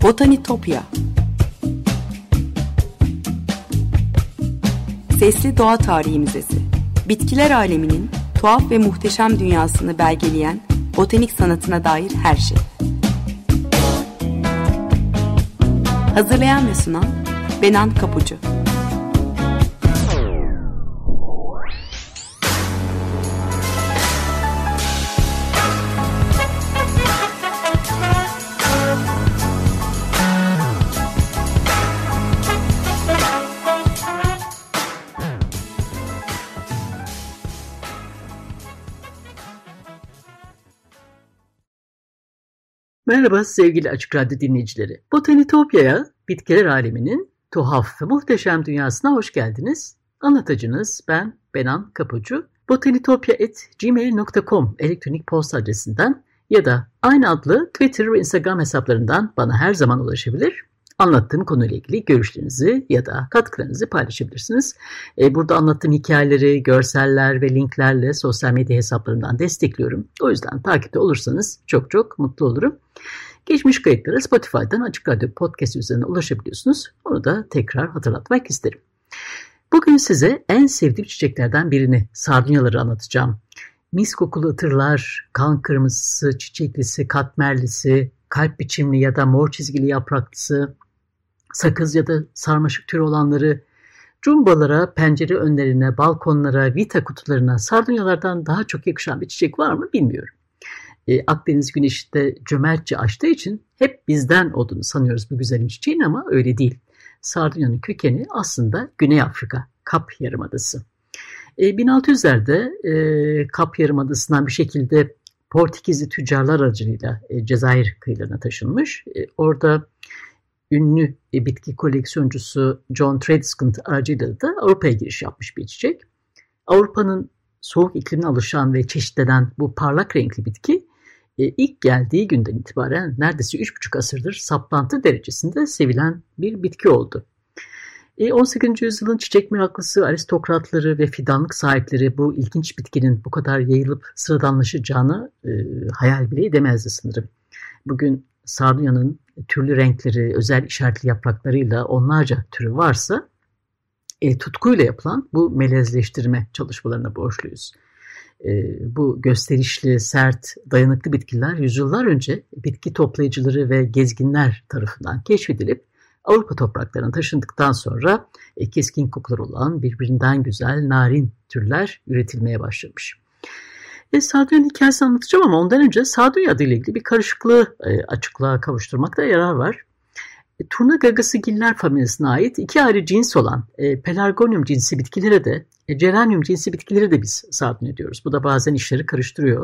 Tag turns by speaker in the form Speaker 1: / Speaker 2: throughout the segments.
Speaker 1: Botanitopya. Sesli Doğa Tarihi Müzesi. Bitkiler aleminin tuhaf ve muhteşem dünyasını belgeleyen botanik sanatına dair her şey. Hazırlayan ve sunan Benan Kapucu.
Speaker 2: Merhaba sevgili Açık Radyo dinleyicileri. Botanitopya'ya, bitkiler aleminin tuhaf ve muhteşem dünyasına hoş geldiniz. Anlatıcınız ben Benan Kapucu. botanitopya@gmail.com elektronik posta adresinden ya da aynı adlı Twitter ve Instagram hesaplarından bana her zaman ulaşabilir. Anlattığım konuyla ilgili görüşlerinizi ya da katkılarınızı paylaşabilirsiniz. Burada anlattığım hikayeleri, görseller ve linklerle sosyal medya hesaplarımdan destekliyorum. O yüzden takipte olursanız çok çok mutlu olurum. Geçmiş kayıtlara Spotify'dan Açık Radyo Podcast üzerinden ulaşabiliyorsunuz. Onu da tekrar hatırlatmak isterim. Bugün size en sevdiğim çiçeklerden birini, sardunyaları anlatacağım. Mis kokulu ıtırlar, kan kırmızısı, çiçeklisi, katmerlisi, kalp biçimli ya da mor çizgili yapraklısı, sakız ya da sarmaşık türü olanları, cumbalara, pencere önlerine, balkonlara, vita kutularına sardunyalardan daha çok yakışan bir çiçek var mı bilmiyorum. Akdeniz güneşi de cömertçe açtığı için hep bizden olduğunu sanıyoruz bu güzel çiçeğin ama öyle değil. Sardunyanın kökeni aslında Güney Afrika, Kap Yarımadası. 1600'lerde Kap Yarımadası'ndan bir şekilde Portekizli tüccarlar aracılığıyla Cezayir kıyılarına taşınmış. Orada ünlü bitki koleksiyoncusu John Tredescant aracılığıyla da Avrupa'ya giriş yapmış bir çiçek. Avrupa'nın soğuk iklimine alışan ve çeşitlenen bu parlak renkli bitki ilk geldiği günden itibaren neredeyse 3,5 asırdır saplantı derecesinde sevilen bir bitki oldu. 18. yüzyılın çiçek meraklısı aristokratları ve fidanlık sahipleri bu ilginç bitkinin bu kadar yayılıp sıradanlaşacağını hayal bile edemezdi sanırım. Bugün sardunyanın türlü renkleri, özel işaretli yapraklarıyla onlarca türü varsa tutkuyla yapılan bu melezleştirme çalışmalarına borçluyuz. Bu gösterişli, sert, dayanıklı bitkiler yüzyıllar önce bitki toplayıcıları ve gezginler tarafından keşfedilip Avrupa topraklarına taşındıktan sonra keskin kokuları olan birbirinden güzel, narin türler üretilmeye başlamış. Sardunya'nın hikayesini anlatacağım ama ondan önce Sardunya adıyla ilgili bir karışıklığı açıklığa kavuşturmakta yarar var. Turna gagasıgiller familyasına ait iki ayrı cins olan Pelargonium cinsi bitkilere de Geranium cinsi bitkilere de biz Sardunya diyoruz. Bu da bazen işleri karıştırıyor.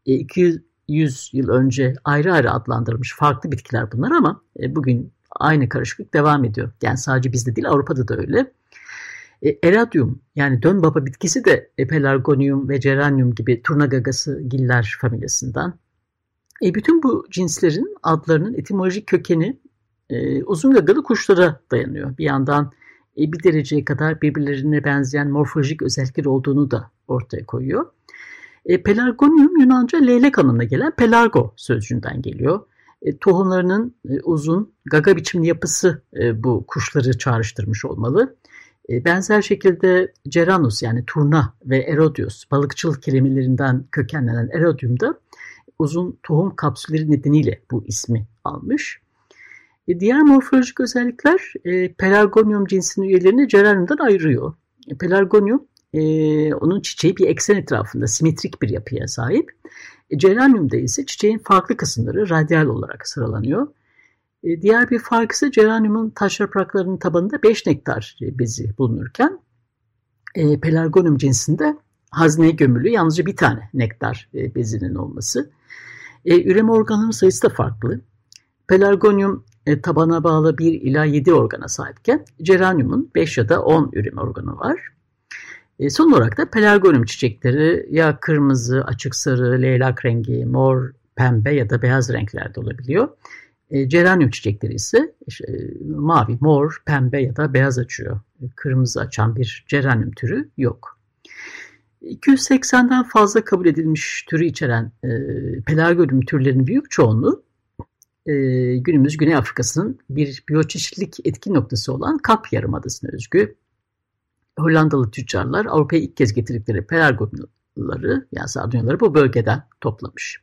Speaker 2: 200 yıl önce ayrı ayrı adlandırılmış farklı bitkiler bunlar ama bugün aynı karışıklık devam ediyor. Yani sadece bizde değil Avrupa'da da öyle. Eradium yani dön baba bitkisi de Pelargonium ve Geranium gibi turna gagasıgiller familyasından. Bütün bu cinslerin adlarının etimolojik kökeni uzun gagalı kuşlara dayanıyor. Bir yandan bir dereceye kadar birbirlerine benzeyen morfolojik özellikleri olduğunu da ortaya koyuyor. Pelargonium Yunanca leylek anlamına gelen pelargo sözcüğünden geliyor. Tohumlarının uzun gaga biçimli yapısı bu kuşları çağrıştırmış olmalı. Benzer şekilde Geranus yani turna ve Erodius balıkçıl kelimelerinden kökenlenen Erodium da uzun tohum kapsülleri nedeniyle bu ismi almış. Diğer morfolojik özellikler Pelargonium cinsinin üyelerini Geranium'dan ayırıyor. Pelargonium onun çiçeği bir eksen etrafında simetrik bir yapıya sahip. Geranium'da ise çiçeğin farklı kısımları radyal olarak sıralanıyor. Diğer bir fark ise Geranium'un taş yapraklarının tabanında 5 nektar bezi bulunurken Pelargonium cinsinde hazneye gömülü yalnızca bir tane nektar bezinin olması. Üreme organının sayısı da farklı. Pelargonium tabana bağlı 1 ila 7 organa sahipken Geranium'un 5 ya da 10 üreme organı var. Son olarak da Pelargonium çiçekleri ya kırmızı, açık sarı, leylak rengi, mor, pembe ya da beyaz renklerde olabiliyor. Geranium çiçekleri ise mavi, mor, pembe ya da beyaz açıyor. Kırmızı açan bir geranium türü yok. 280'den fazla kabul edilmiş türü içeren Pelargonium türlerinin büyük çoğunluğu günümüz Güney Afrika'sının bir biyoçeşitlilik etkin noktası olan Kap Yarımadası'na özgü Hollandalı tüccarlar Avrupa'ya ilk kez getirdikleri pelargonyumları, yani sardunyaları bu bölgeden toplamış.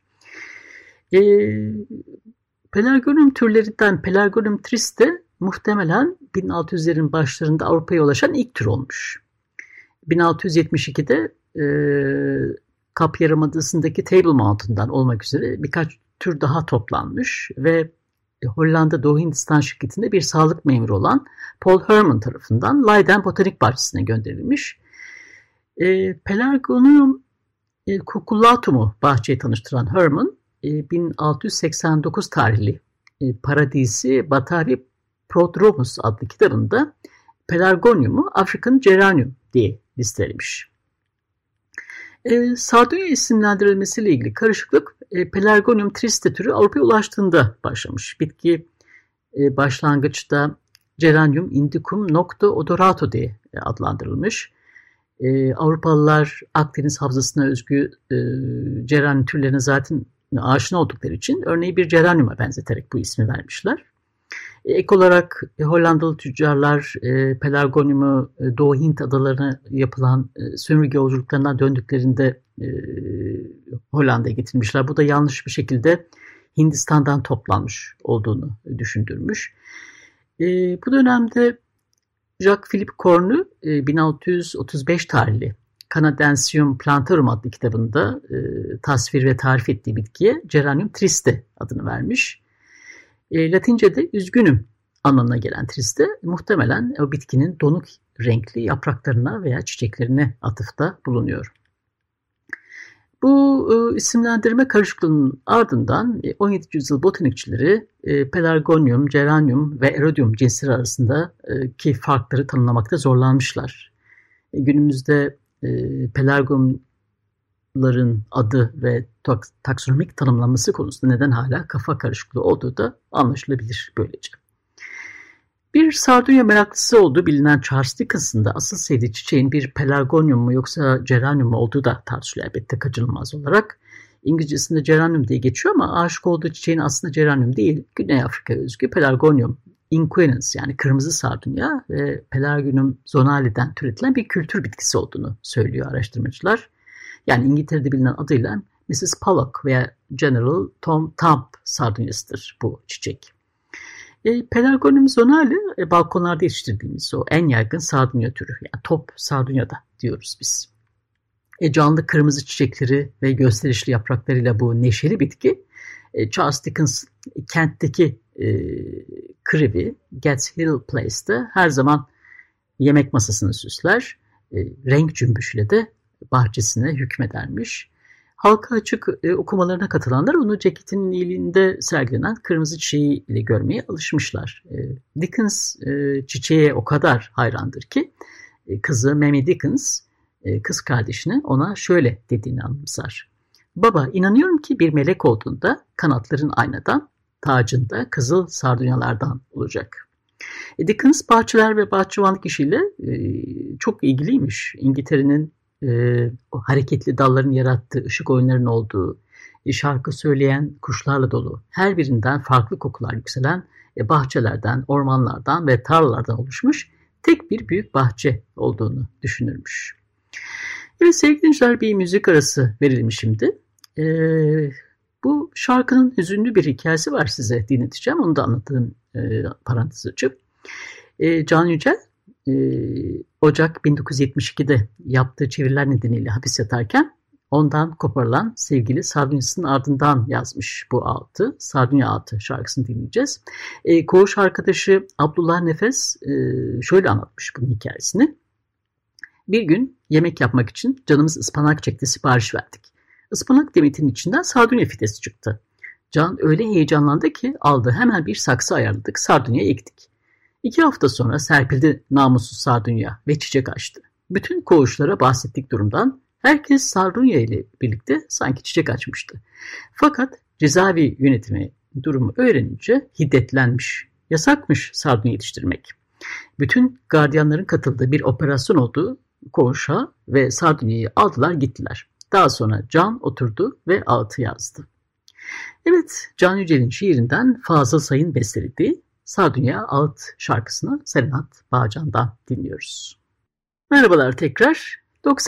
Speaker 2: Pelargonium türlerinden Pelargonium triste muhtemelen 1600'lerin başlarında Avrupa'ya ulaşan ilk tür olmuş. 1672'de Kap Yarımadası'ndaki Table Mountain'dan olmak üzere birkaç tür daha toplanmış ve Hollanda Doğu Hindistan şirketinde bir sağlık memuru olan Paul Herman tarafından Leiden Botanik Bahçesi'ne gönderilmiş. Pelargonium cucullatum'u bahçeye tanıştıran Herman, 1689 tarihli Paradisi Batari Prodromus adlı kitabında Pelargonium'u African Geranium diye listelemiş. Sardunya isimlendirilmesiyle ilgili karışıklık Pelargonium triste türü Avrupa'ya ulaştığında başlamış. Bitki başlangıçta Geranium indicum nocte odorato diye adlandırılmış. Avrupalılar Akdeniz havzasına özgü geranium türlerine zaten aşina oldukları için örneği bir geraniuma benzeterek bu ismi vermişler. Ek olarak Hollandalı tüccarlar Pelargonium'u Doğu Hint adalarına yapılan sömürge yolculuklarından döndüklerinde Hollanda'ya getirmişler. Bu da yanlış bir şekilde Hindistan'dan toplanmış olduğunu düşündürmüş. Bu dönemde Jacques Philippe Cornu 1635 tarihli Canadensium Plantarum adlı kitabında tasvir ve tarif ettiği bitkiye Geranium triste adını vermiş. Latince'de üzgünüm anlamına gelen triste muhtemelen o bitkinin donuk renkli yapraklarına veya çiçeklerine atıfta bulunuyor. Bu isimlendirme karışıklığının ardından 17. yüzyıl botanikçileri Pelargonium, Geranium ve Erodium cinsleri arasındaki farkları tanımlamakta zorlanmışlar. Günümüzde pelargoniumların adı ve taksonomik tanımlanması konusunda neden hala kafa karışıklığı olduğu da anlaşılabilir böylece. Bir sardunya meraklısı olduğu bilinen Charles Dickens'ın da asıl sevdiği çiçeğin bir pelargonium mu yoksa geranium mu olduğu da tartışılıyor elbette kaçınılmaz olarak. İngilizcesinde geranium diye geçiyor ama aşık olduğu çiçeğin aslında geranium değil, Güney Afrika'ya özgü Pelargonium inquinans yani kırmızı sardunya ve Pelargonium zonale'den türetilen bir kültür bitkisi olduğunu söylüyor araştırmacılar. Yani İngiltere'de bilinen adıyla Mrs. Pollock veya General Tom Thumb sardunyasıdır bu çiçek. Pelargonium zonale balkonlarda yetiştirdiğimiz o en yaygın sardunya türü. Yani top sardunya da diyoruz biz. Canlı kırmızı çiçekleri ve gösterişli yapraklarıyla bu neşeli bitki Charles Dickens kentteki krivi Gats Hill Place'te her zaman yemek masasını süsler. Renk cümbüşüyle de bahçesine hükmedermiş. Halka açık okumalarına katılanlar onu ceketinin iyiliğinde sergilenen kırmızı çiçeği ile görmeye alışmışlar. Dickens çiçeğe o kadar hayrandır ki kızı Mamie Dickens kız kardeşine ona şöyle dediğini anımsar. Baba, inanıyorum ki bir melek olduğunda kanatların aynadan, tacında kızıl sardunyalardan olacak. Dickens bahçeler ve bahçıvanlık işiyle çok ilgiliymiş. İngiltere'nin o hareketli dalların yarattığı ışık oyunlarının olduğu, şarkı söyleyen kuşlarla dolu, her birinden farklı kokular yükselen bahçelerden, ormanlardan ve tarlalardan oluşmuş tek bir büyük bahçe olduğunu düşünürmüş. Evet sevgili dinleyiciler, bir müzik arası verelim şimdi. Bu şarkının hüzünlü bir hikayesi var, size dinleteceğim. Onu da anlattığım parantez açıp. Can Yücel Ocak 1972'de yaptığı çeviriler nedeniyle hapis yatarken ondan koparılan sevgili sardunyasının ardından yazmış bu altı. Sardunya Altı şarkısını dinleyeceğiz. Koğuş arkadaşı Abdullah Nefes şöyle anlatmış bunun hikayesini. Bir gün yemek yapmak için canımız ıspanak çekti, sipariş verdik. Ispanak demetinin içinden sardunya fidesi çıktı. Can öyle heyecanlandı ki aldı, hemen bir saksı ayarladık, sardunya ektik. 2 hafta sonra serpildi namussuz sardunya ve çiçek açtı. Bütün koğuşlara bahsettik durumdan. Herkes sardunya ile birlikte sanki çiçek açmıştı. Fakat cezaevi yönetimi durumu öğrenince hiddetlenmiş. Yasakmış sardunya yetiştirmek. Bütün gardiyanların katıldığı bir operasyon olduğu koğuşa ve sardunyayı aldılar gittiler. Daha sonra Can oturdu ve ağıtı yazdı. Evet, Can Yücel'in şiirinden Fazıl Say'ın bestelediği Sardunya Ağıt şarkısını Serenat Bağcan'dan dinliyoruz. Merhabalar tekrar.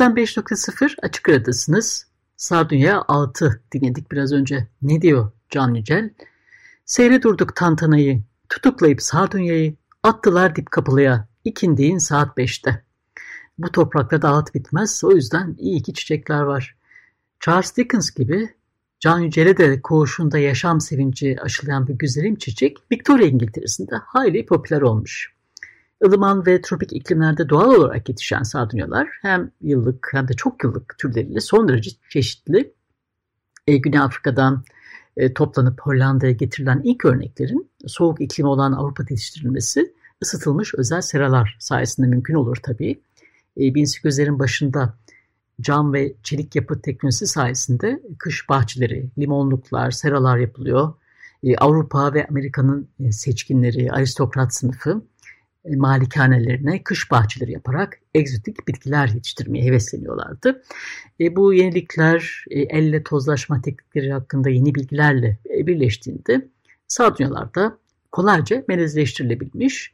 Speaker 2: 95.0 Açık Radyo'dasınız. Sardunya Ağıt'ı dinledik biraz önce. Ne diyor Can Yücel? Seyre durduk tantanayı, tutuklayıp Sardunya'yı attılar dip kapılıya, ikindiğin saat 5'te. Bu topraklarda ağıt bitmez, o yüzden iyi ki çiçekler var. Charles Dickens gibi Can Yücel'e de koğuşunda yaşam sevinci aşılayan bir güzelim çiçek Victoria İngiltere'sinde hayli popüler olmuş. Ilıman ve tropik iklimlerde doğal olarak yetişen sardunyalar hem yıllık hem de çok yıllık türleriyle son derece çeşitli. Güney Afrika'dan toplanıp Hollanda'ya getirilen ilk örneklerin soğuk iklimi olan Avrupa'da yetiştirilmesi ısıtılmış özel seralar sayesinde mümkün olur tabii. 1800'lerin başında cam ve çelik yapı teknolojisi sayesinde kış bahçeleri, limonluklar, seralar yapılıyor. Avrupa ve Amerika'nın seçkinleri, aristokrat sınıfı malikanelerine kış bahçeleri yaparak egzotik bitkiler yetiştirmeye hevesleniyorlardı. Bu yenilikler elle tozlaşma teknikleri hakkında yeni bilgilerle birleştiğinde sardunyalar da kolayca melezleştirilebilmiş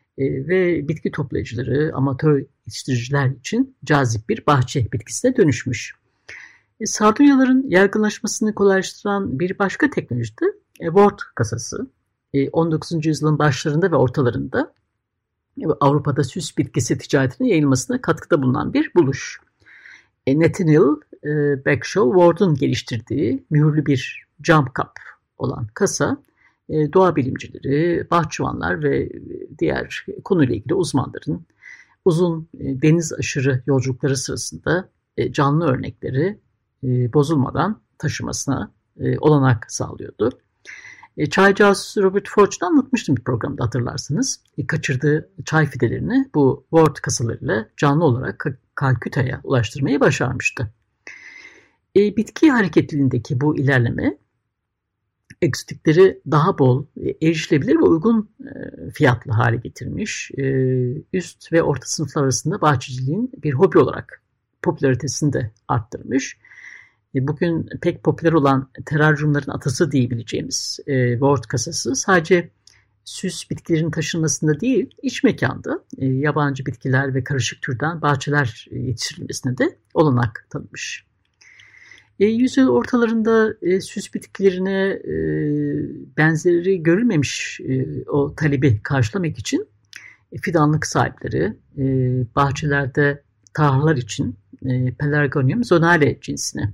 Speaker 2: ve bitki toplayıcıları, amatör yetiştiriciler için cazip bir bahçe bitkisine dönüşmüş. Sardunyaların yaygınlaşmasını kolaylaştıran bir başka teknoloji de wort kasası. 19. yüzyılın başlarında ve ortalarında Avrupa'da süs bitkisi ticaretine yayılmasına katkıda bulunan bir buluş. Nathaniel Bagshot Ward'un geliştirdiği mühürlü bir cam kap olan kasa, doğa bilimcileri, bahçıvanlar ve diğer konuyla ilgili uzmanların uzun deniz aşırı yolculukları sırasında canlı örnekleri bozulmadan taşımasına olanak sağlıyordu. Çaycağız Robert Fortune anlatmıştım bir programda hatırlarsanız. Kaçırdığı çay fidelerini bu wort kasalarıyla canlı olarak Kalküta'ya ulaştırmayı başarmıştı. Bitki hareketliliğindeki bu ilerleme egzotikleri daha bol, erişilebilir ve uygun fiyatlı hale getirmiş. Üst ve orta sınıflar arasında bahçeciliğin bir hobi olarak popülaritesini de arttırmış. Bugün pek popüler olan teraryumların atası diyebileceğimiz wort kasası sadece süs bitkilerin taşınmasında değil, iç mekanda yabancı bitkiler ve karışık türden bahçeler yetiştirilmesine de olanak tanımış. Yüzyıl ortalarında süs bitkilerine benzeri görülmemiş o talebi karşılamak için fidanlık sahipleri bahçelerde tahıllar için Pelargonium zonale cinsini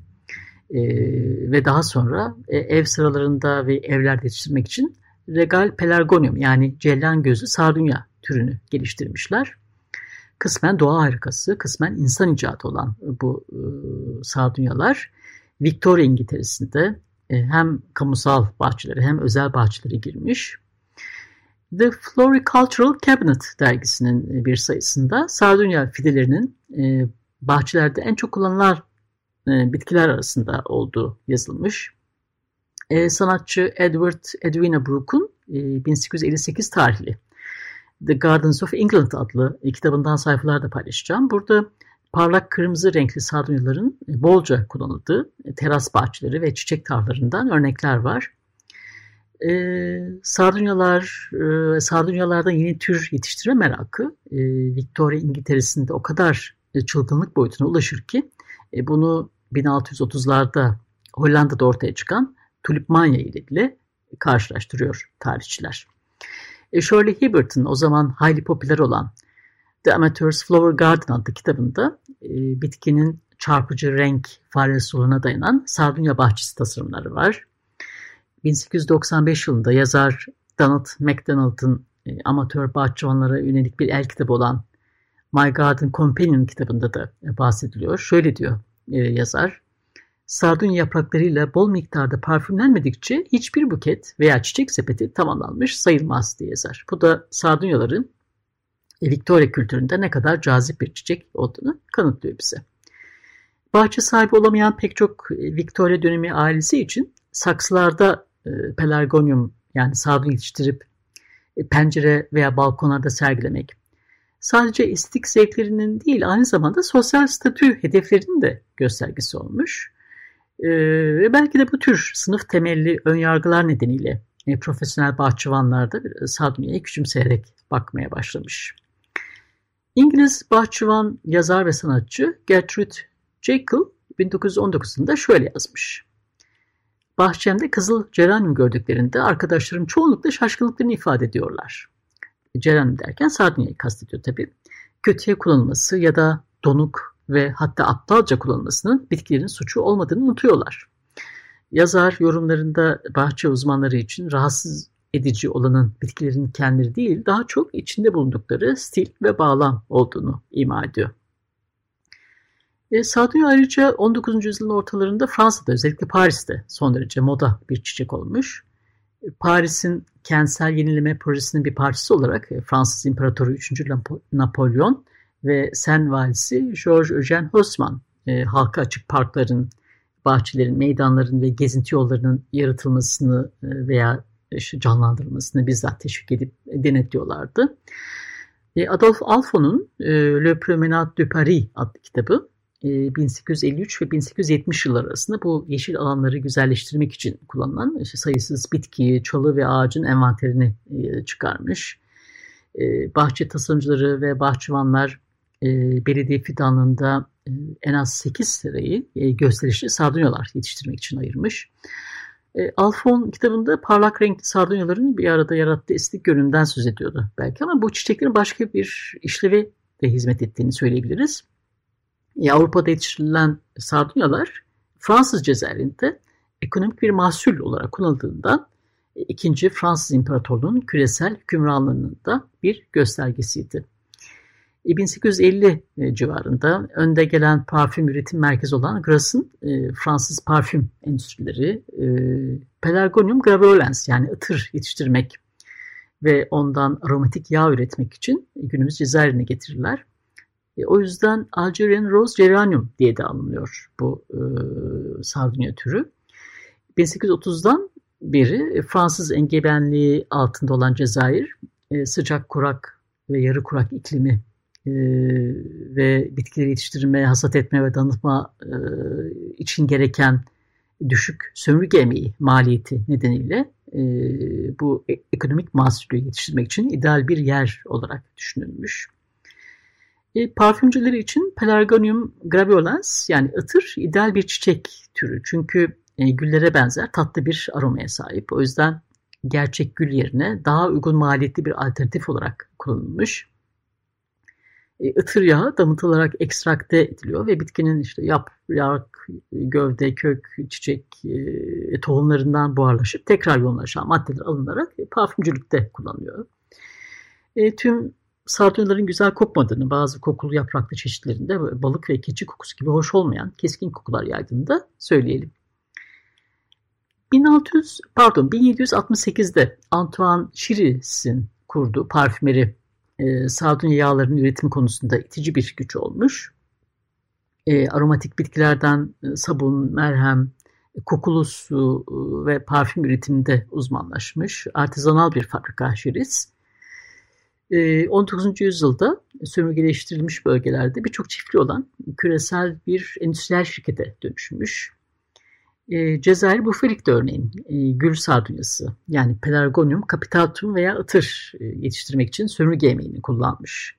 Speaker 2: ve daha sonra ev sıralarında ve evlerde yetiştirmek için Regal Pelargonium yani cellan gözü sardunya türünü geliştirmişler. Kısmen doğa harikası, kısmen insan icadı olan bu sardunyalar Victoria İngiltere'sinde hem kamusal bahçelere hem özel bahçelere girmiş. The Floricultural Cabinet dergisinin bir sayısında sardunya fidelerinin bahçelerde en çok kullanılan bitkiler arasında olduğu yazılmış. Sanatçı Edwina Brooke'un 1858 tarihli The Gardens of England adlı kitabından sayfalarda paylaşacağım. Burada parlak kırmızı renkli sardunyaların bolca kullanıldığı teras bahçeleri ve çiçek tarlalarından örnekler var. Sardunyalardan yeni tür yetiştirme merakı Victoria İngiltere'sinde o kadar çılgınlık boyutuna ulaşır ki bunu 1630'larda Hollanda'da ortaya çıkan tulipmanya ile bile karşılaştırıyor tarihçiler. Shirley Hibbert'ın o zaman hayli popüler olan The Amateur's Flower Garden adlı kitabında bitkinin çarpıcı renk varyasyonuna dayanan sardunya bahçesi tasarımları var. 1895 yılında yazar Donald MacDonald'ın amatör bahçıvanlara yönelik bir el kitabı olan My Garden Companion kitabında da bahsediliyor. Şöyle diyor yazar, sardunya yapraklarıyla bol miktarda parfümlenmedikçe hiçbir buket veya çiçek sepeti tamamlanmış sayılmaz diye yazar. Bu da sardunyaların Victoria kültüründe ne kadar cazip bir çiçek olduğunu kanıtlıyor bize. Bahçe sahibi olamayan pek çok Victoria dönemi ailesi için saksılarda pelargonium yani sardunya yetiştirip pencere veya balkonlarda sergilemek sadece estetik zevklerinin değil aynı zamanda sosyal statü hedeflerinin de göstergesi olmuş. Ve belki de bu tür sınıf temelli önyargılar nedeniyle profesyonel bahçıvanlar da Sardunya'ya küçümseyerek bakmaya başlamış. İngiliz bahçıvan, yazar ve sanatçı Gertrude Jekyll 1919'unda şöyle yazmış. Bahçemde kızıl geranium gördüklerinde arkadaşlarım çoğunlukla şaşkınlıklarını ifade ediyorlar. Geranium derken Sardunya'yı kastediyor tabii. Kötüye kullanılması ya da donuk ve hatta aptalca kullanılmasının bitkilerin suçu olmadığını unutuyorlar. Yazar yorumlarında bahçe uzmanları için rahatsız edici olanın bitkilerin kendileri değil, daha çok içinde bulundukları stil ve bağlam olduğunu ima ediyor. Sardunya ayrıca 19. yüzyılın ortalarında Fransa'da, özellikle Paris'te son derece moda bir çiçek olmuş. Paris'in kentsel yenileme projesinin bir parçası olarak Fransız İmparatoru 3. Napolyon ve Sen valisi Georges Eugène Haussmann halka açık parkların, bahçelerin, meydanların ve gezinti yollarının yaratılmasını veya canlandırılmasını bizzat teşvik edip denetliyorlardı. Adolphe Alphon'un Le Promenade de Paris adlı kitabı 1853 ve 1870 yılları arasında bu yeşil alanları güzelleştirmek için kullanılan sayısız bitki, çalı ve ağacın envanterini çıkarmış. Bahçe tasarımcıları ve bahçıvanlar belediye fidanlığında en az 8 serayı gösterişli sardunyalar yetiştirmek için ayırmış. Alphon kitabında parlak renkli sardunyaların bir arada yarattığı estetik görünümden söz ediyordu belki, ama bu çiçeklerin başka bir işleve de hizmet ettiğini söyleyebiliriz. Avrupa'da yetiştirilen sardunyalar Fransız Cezayir'inde ekonomik bir mahsul olarak kullanıldığından 2. Fransız İmparatorluğu'nun küresel hükümranlığının da bir göstergesiydi. 1850 civarında önde gelen parfüm üretim merkezi olan Grass'ın Fransız parfüm endüstrileri Pelargonium graveolens, yani ıtır yetiştirmek ve ondan aromatik yağ üretmek için günümüz Cezayir'ine getirirler. O yüzden Algerian Rose Geranium diye de anılıyor bu sardunya türü. 1830'dan beri Fransız egemenliği altında olan Cezayir sıcak, kurak ve yarı kurak iklimi ve bitkileri yetiştirme, hasat etme ve danıtma için gereken düşük sömürge emeği maliyeti nedeniyle bu ekonomik mahsulü yetiştirmek için ideal bir yer olarak düşünülmüş. Parfümcüleri için Pelargonium graveolens, yani ıtır, ideal bir çiçek türü. Çünkü güllere benzer tatlı bir aromaya sahip. O yüzden gerçek gül yerine daha uygun maliyetli bir alternatif olarak kullanılmış. Itır yağı damıtılarak ekstrakte ediliyor ve bitkinin yaprak, gövde, kök, çiçek tohumlarından buharlaşıp tekrar yoğunlaşan maddeler alınarak parfümcülükte kullanılıyor. Tüm sardunyaların güzel kokmadığını, bazı kokulu yapraklı çeşitlerinde balık ve keçi kokusu gibi hoş olmayan keskin kokular yaydığını da söyleyelim. 1768'de Antoine Chiris'in kurduğu parfümeri sardunya yağlarının üretimi konusunda itici bir güç olmuş. Aromatik bitkilerden sabun, merhem, kokulu su ve parfüm üretiminde uzmanlaşmış. Artizanal bir fabrika Chiris. 19. yüzyılda sömürgeleştirilmiş bölgelerde birçok çiftliği olan küresel bir endüstriyel şirkete dönüşmüş. Cezayir Bufelik'te örneğin gül sardunyası, yani Pelargonium capitatum veya ıtır yetiştirmek için sömürge emeğini kullanmış.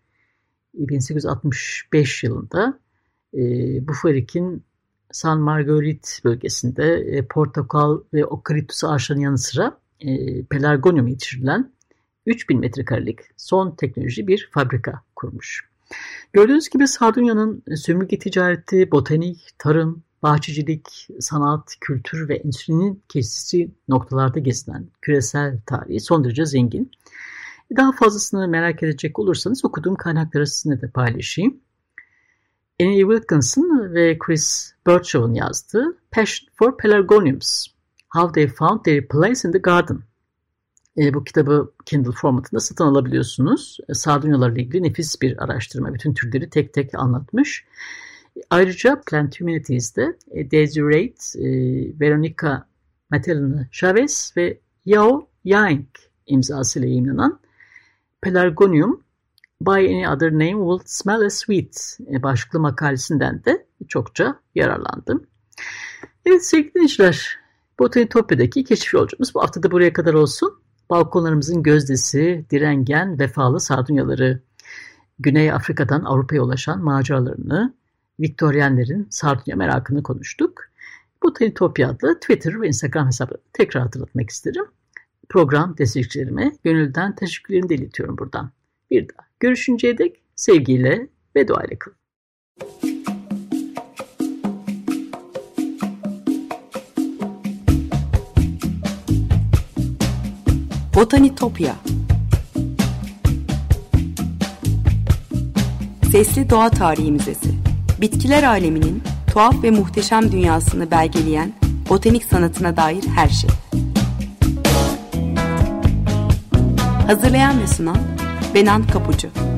Speaker 2: 1865 yılında Bufelik'in San Marguerite bölgesinde portakal ve okaliptüs ağaçlarının yanı sıra Pelargonium yetiştirilen 3000 metrekarelik son teknoloji bir fabrika kurmuş. Gördüğünüz gibi sardunyanın sömürge ticareti, botanik, tarım, bahçecilik, sanat, kültür ve endüstrinin kesiştiği noktalarda gezilen küresel tarihi son derece zengin. Daha fazlasını merak edecek olursanız okuduğum kaynakları sizinle de paylaşayım. Annie Wilkinson ve Chris Birchall'ın yazdığı Passion for Pelargoniums, How They Found Their Place in the Garden. Bu kitabı Kindle formatında satın alabiliyorsunuz. Sardunyalarla ilgili nefis bir araştırma. Bütün türleri tek tek anlatmış. Ayrıca Plant Humanities'de Daisy Reid, Veronica Matalina Chavez ve Yao Yang imzasıyla yayınlanan Pelargonium By Any Other Name Will Smell as Sweet başlıklı makalesinden de çokça yararlandım. Evet sevgili dinleyiciler, Botanitopya'daki keşif yolcumuz bu hafta da buraya kadar olsun. Balkonlarımızın gözdesi, direngen, vefalı sardunyaları, Güney Afrika'dan Avrupa'ya ulaşan maceralarını, Viktoryenlerin sardunya merakını konuştuk. Botanitopya adlı Twitter ve Instagram hesaplarını tekrar hatırlatmak isterim. Program destekçilerime gönülden teşekkürlerimi de iletiyorum buradan. Bir daha görüşünceye dek sevgiyle ve duayla kalın.
Speaker 1: Botanitopya. Sesli Doğa Tarihi Müzesi. Bitkiler aleminin tuhaf ve muhteşem dünyasını belgeleyen botanik sanatına dair her şey. Hazırlayan ve sunan Benan Kapucu.